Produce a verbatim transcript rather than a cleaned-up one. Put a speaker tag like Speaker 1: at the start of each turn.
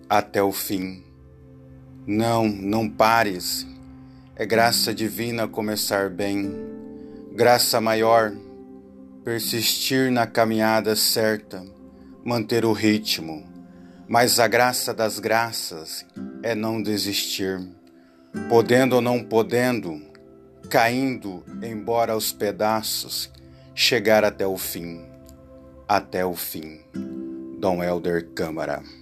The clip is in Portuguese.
Speaker 1: até o fim. Não, não pares. É graça divina começar bem. Graça maior, persistir na caminhada certa, manter o ritmo. Mas a graça das graças é não desistir. Podendo ou não podendo, caindo embora aos pedaços, chegar até o fim. Até o fim. Dom Helder Câmara.